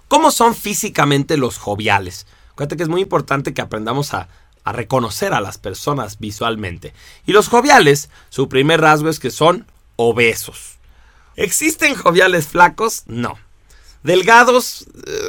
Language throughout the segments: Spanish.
¿Cómo son físicamente los joviales? Acuérdate que es muy importante que aprendamos a reconocer a las personas visualmente. Y los joviales, su primer rasgo es que son obesos. ¿Existen joviales flacos? No. ¿Delgados?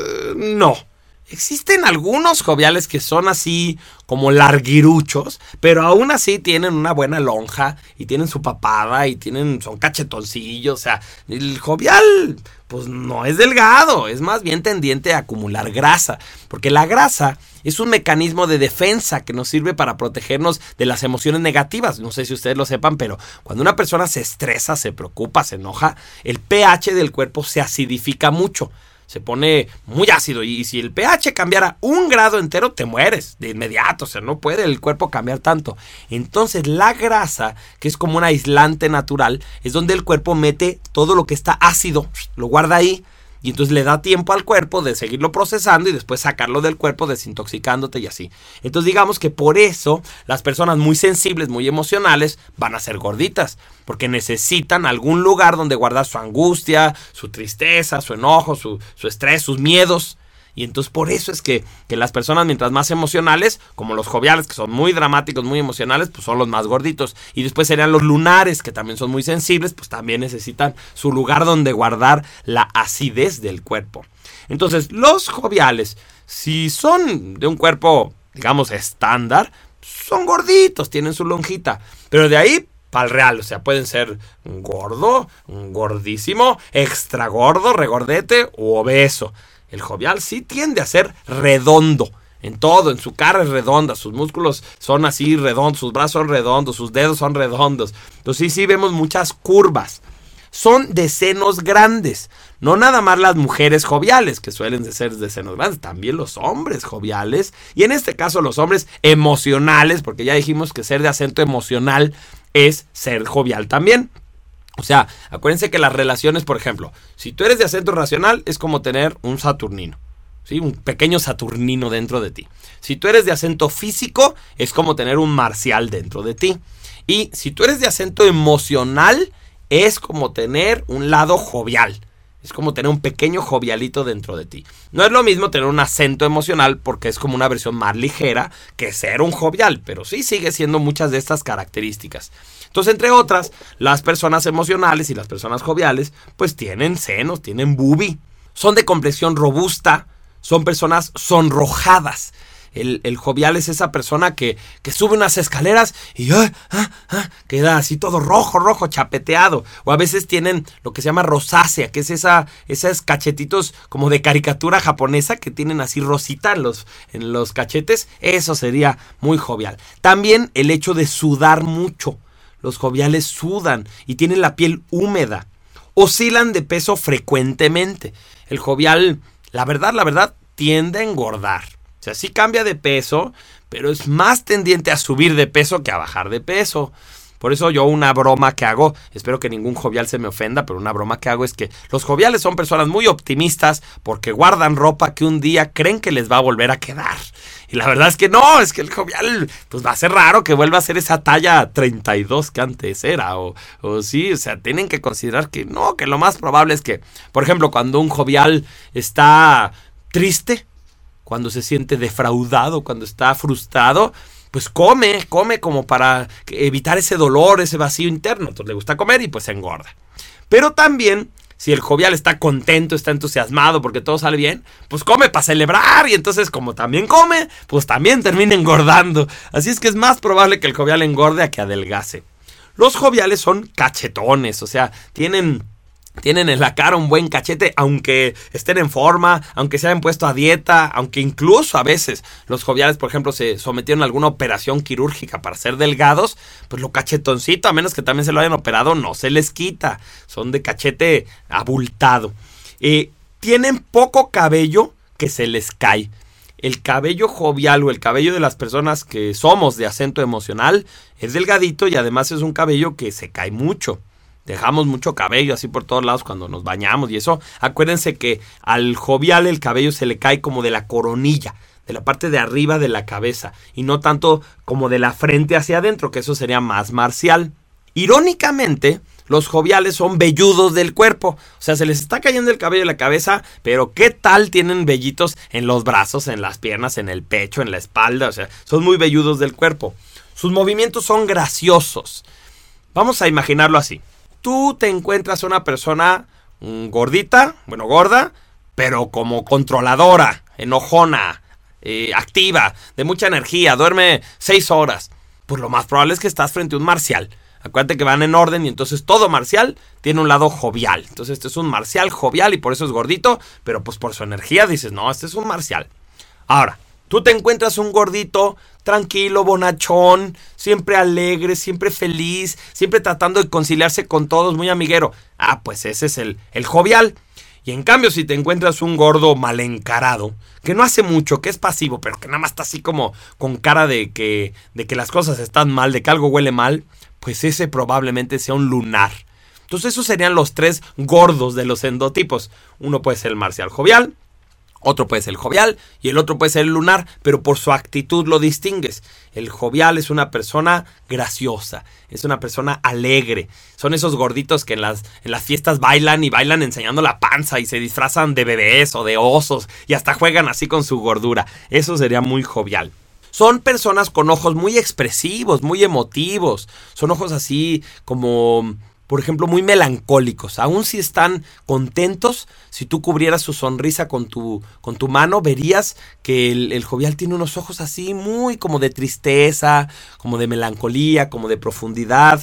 No. Existen algunos joviales que son así como larguiruchos, pero aún así tienen una buena lonja y tienen su papada y son cachetoncillos. O sea, el jovial pues no es delgado, es más bien tendiente a acumular grasa, porque la grasa es un mecanismo de defensa que nos sirve para protegernos de las emociones negativas. No sé si ustedes lo sepan, pero cuando una persona se estresa, se preocupa, se enoja, el pH del cuerpo se acidifica mucho. Se pone muy ácido y si el pH cambiara 1 grado entero te mueres de inmediato, o sea, no puede el cuerpo cambiar tanto. Entonces la grasa, que es como un aislante natural, es donde el cuerpo mete todo lo que está ácido, lo guarda ahí y entonces le da tiempo al cuerpo de seguirlo procesando y después sacarlo del cuerpo desintoxicándote y así. Entonces digamos que por eso las personas muy sensibles, muy emocionales van a ser gorditas, porque necesitan algún lugar donde guardar su angustia, su tristeza, su enojo, su estrés, sus miedos. Y entonces por eso es que las personas mientras más emocionales, como los joviales que son muy dramáticos, muy emocionales, pues son los más gorditos. Y después serían los lunares que también son muy sensibles, pues también necesitan su lugar donde guardar la acidez del cuerpo. Entonces los joviales, si son de un cuerpo, digamos, estándar, son gorditos, tienen su lonjita. Pero de ahí para el real, o sea, pueden ser gordo, gordísimo, extra gordo, regordete u obeso. El jovial sí tiende a ser redondo en todo, en su cara es redonda, sus músculos son así redondos, sus brazos son redondos, sus dedos son redondos. Entonces sí vemos muchas curvas. Son de senos grandes, no nada más las mujeres joviales, que suelen ser de senos grandes, también los hombres joviales, y en este caso los hombres emocionales, porque ya dijimos que ser de acento emocional es ser jovial también. O sea, acuérdense que las relaciones, por ejemplo, si tú eres de acento racional, es como tener un Saturnino, ¿sí? Un pequeño Saturnino dentro de ti. Si tú eres de acento físico, es como tener un Marcial dentro de ti. Y si tú eres de acento emocional, es como tener un lado jovial. Es como tener un pequeño jovialito dentro de ti. No es lo mismo tener un acento emocional porque es como una versión más ligera que ser un jovial, pero sí sigue siendo muchas de estas características. Entonces, entre otras, las personas emocionales y las personas joviales, pues tienen senos, tienen boobie, son de complexión robusta, son personas sonrojadas. El jovial es esa persona que sube unas escaleras y queda así todo rojo, chapeteado. O a veces tienen lo que se llama rosácea, que es esos cachetitos como de caricatura japonesa que tienen así rosita en los cachetes. Eso sería muy jovial. También el hecho de sudar mucho. Los joviales sudan y tienen la piel húmeda. Oscilan de peso frecuentemente. El jovial, la verdad, tiende a engordar. O sea, sí cambia de peso, pero es más tendiente a subir de peso que a bajar de peso. Por eso yo una broma que hago, espero que ningún jovial se me ofenda, pero una broma que hago es que los joviales son personas muy optimistas porque guardan ropa que un día creen que les va a volver a quedar. Y la verdad es que no, es que el jovial pues va a ser raro que vuelva a ser esa talla 32 que antes era. O sí, o sea, tienen que considerar que no, que lo más probable es que, por ejemplo, cuando un jovial está triste, cuando se siente defraudado, cuando está frustrado, pues come como para evitar ese dolor, ese vacío interno. Entonces le gusta comer y pues se engorda. Pero también, si el jovial está contento, está entusiasmado porque todo sale bien, pues come para celebrar y entonces como también come, pues también termina engordando. Así es que es más probable que el jovial engorde a que adelgace. Los joviales son cachetones, o sea, tienen en la cara un buen cachete, aunque estén en forma, aunque se hayan puesto a dieta, aunque incluso a veces los joviales, por ejemplo, se sometieron a alguna operación quirúrgica para ser delgados, pues lo cachetoncito, a menos que también se lo hayan operado, no se les quita. Son de cachete abultado. Tienen poco cabello que se les cae. El cabello jovial o el cabello de las personas que somos de acento emocional es delgadito y además es un cabello que se cae mucho. Dejamos mucho cabello así por todos lados cuando nos bañamos y eso. Acuérdense que al jovial el cabello se le cae como de la coronilla, de la parte de arriba de la cabeza y no tanto como de la frente hacia adentro, que eso sería más marcial. Irónicamente, los joviales son velludos del cuerpo. O sea, se les está cayendo el cabello de la cabeza, pero ¿qué tal tienen vellitos en los brazos, en las piernas, en el pecho, en la espalda? O sea, son muy velludos del cuerpo. Sus movimientos son graciosos. Vamos a imaginarlo así. Tú te encuentras a una persona gorda, pero como controladora, enojona, activa, de mucha energía, duerme 6 horas. Pues lo más probable es que estás frente a un marcial. Acuérdate que van en orden y entonces todo marcial tiene un lado jovial. Entonces este es un marcial jovial y por eso es gordito, pero pues por su energía dices, no, este es un marcial. Ahora, tú te encuentras un gordito tranquilo, bonachón, siempre alegre, siempre feliz, siempre tratando de conciliarse con todos, muy amiguero. Pues ese es el jovial. Y en cambio, si te encuentras un gordo mal encarado, que no hace mucho, que es pasivo, pero que nada más está así como con cara de que las cosas están mal, de que algo huele mal, pues ese probablemente sea un lunar. Entonces esos serían los 3 gordos de los endotipos. Uno puede ser el marcial jovial, otro puede ser el jovial y el otro puede ser el lunar, pero por su actitud lo distingues. El jovial es una persona graciosa, es una persona alegre. Son esos gorditos que en las fiestas bailan y bailan enseñando la panza y se disfrazan de bebés o de osos y hasta juegan así con su gordura. Eso sería muy jovial. Son personas con ojos muy expresivos, muy emotivos. Son ojos así como, por ejemplo, muy melancólicos. Aún si están contentos, si tú cubrieras su sonrisa con tu mano, verías que el jovial tiene unos ojos así muy como de tristeza, como de melancolía, como de profundidad.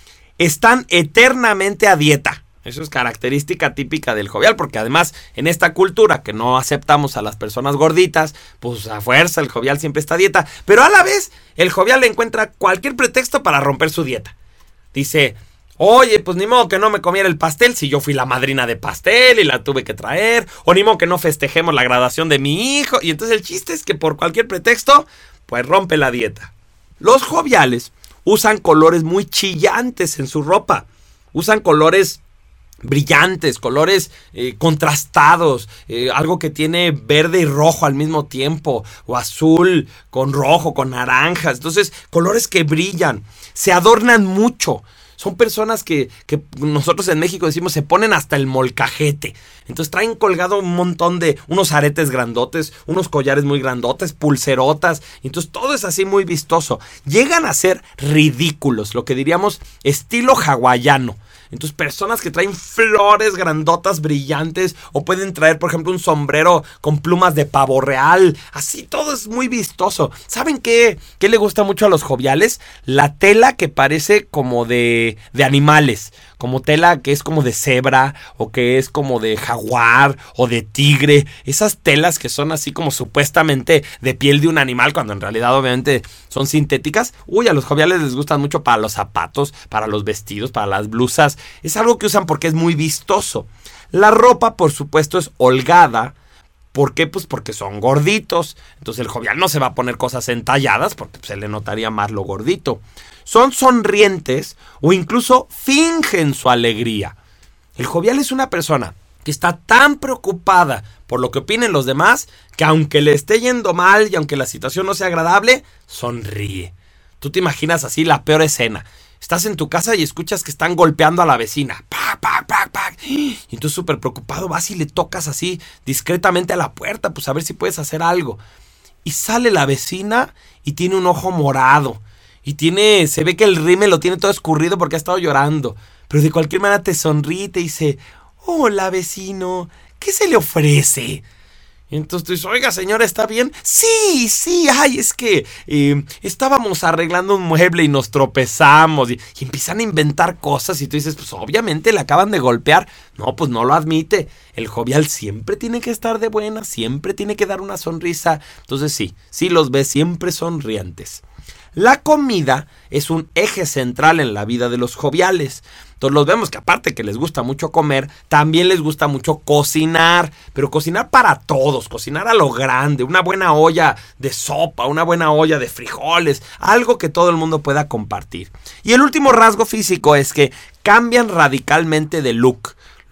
Están eternamente a dieta. Eso es característica típica del jovial, porque además en esta cultura que no aceptamos a las personas gorditas, pues a fuerza el jovial siempre está a dieta, pero a la vez el jovial le encuentra cualquier pretexto para romper su dieta. Dice, oye, pues ni modo que no me comiera el pastel si yo fui la madrina de pastel y la tuve que traer, o ni modo que no festejemos la graduación de mi hijo, y entonces el chiste es que por cualquier pretexto, pues rompe la dieta. Los joviales usan colores muy chillantes en su ropa, usan colores brillantes, colores contrastados, algo que tiene verde y rojo al mismo tiempo, o azul con rojo, con naranjas. Entonces, colores que brillan, se adornan mucho. Son personas que nosotros en México decimos se ponen hasta el molcajete. Entonces traen colgado un montón de unos aretes grandotes, unos collares muy grandotes, pulserotas. Entonces todo es así muy vistoso. Llegan a ser ridículos, lo que diríamos estilo hawaiano. Entonces personas que traen flores grandotas, brillantes, o pueden traer, por ejemplo, un sombrero con plumas de pavo real. Así todo es muy vistoso. ¿Saben qué le gusta mucho a los joviales? La tela que parece como de animales. Como tela que es como de cebra, o que es como de jaguar, o de tigre. Esas telas que son así como supuestamente de piel de un animal, cuando en realidad obviamente son sintéticas. A los joviales les gustan mucho para los zapatos, para los vestidos, para las blusas. Es algo que usan porque es muy vistoso. La ropa, por supuesto, es holgada. ¿Por qué? Pues porque son gorditos. Entonces el jovial no se va a poner cosas entalladas porque se le notaría más lo gordito. Son sonrientes o incluso fingen su alegría. El jovial es una persona que está tan preocupada por lo que opinen los demás que aunque le esté yendo mal y aunque la situación no sea agradable, sonríe. Tú te imaginas así la peor escena. Estás en tu casa y escuchas que están golpeando a la vecina. ¡Pac, pac, pac, pac! Y entonces súper preocupado vas y le tocas así discretamente a la puerta, pues a ver si puedes hacer algo. Y sale la vecina y tiene un ojo morado. Y se ve que el rímel lo tiene todo escurrido porque ha estado llorando. Pero de cualquier manera te sonríe y te dice, hola vecino, ¿qué se le ofrece? Y entonces tú dices, oiga señora, ¿está bien? Sí, ay, es que estábamos arreglando un mueble y nos tropezamos y empiezan a inventar cosas y tú dices, pues obviamente le acaban de golpear. No, pues no lo admite. El jovial siempre tiene que estar de buena, siempre tiene que dar una sonrisa. Entonces sí los ves siempre sonrientes. La comida es un eje central en la vida de los joviales. Entonces los vemos que aparte que les gusta mucho comer, también les gusta mucho cocinar, pero cocinar para todos, cocinar a lo grande, una buena olla de sopa, una buena olla de frijoles, algo que todo el mundo pueda compartir. Y el último rasgo físico es que cambian radicalmente de look.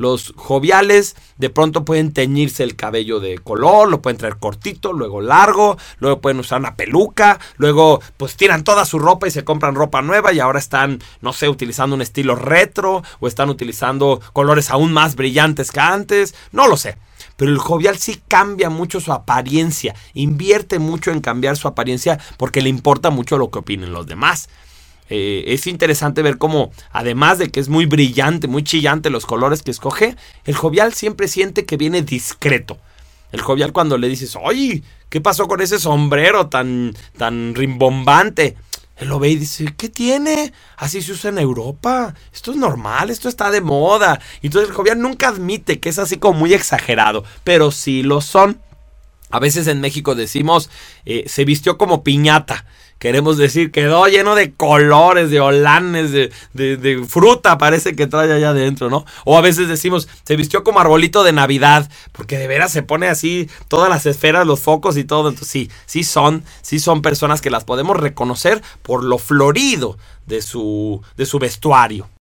Los joviales de pronto pueden teñirse el cabello de color, lo pueden traer cortito, luego largo, luego pueden usar una peluca, luego pues tiran toda su ropa y se compran ropa nueva y ahora están, no sé, utilizando un estilo retro o están utilizando colores aún más brillantes que antes, no lo sé. Pero el jovial sí cambia mucho su apariencia, invierte mucho en cambiar su apariencia porque le importa mucho lo que opinen los demás. Es interesante ver cómo, además de que es muy brillante, muy chillante los colores que escoge, el jovial siempre siente que viene discreto. El jovial cuando le dices, oye, ¿qué pasó con ese sombrero tan rimbombante? Él lo ve y dice, ¿qué tiene? Así se usa en Europa. Esto es normal, esto está de moda. Y entonces el jovial nunca admite que es así como muy exagerado, pero sí lo son. A veces en México decimos, se vistió como piñata. Queremos decir, quedó lleno de colores, de holanes, de fruta parece que trae allá adentro, ¿no? O a veces decimos, se vistió como arbolito de Navidad, porque de veras se pone así todas las esferas, los focos y todo. Entonces sí son personas que las podemos reconocer por lo florido de su vestuario.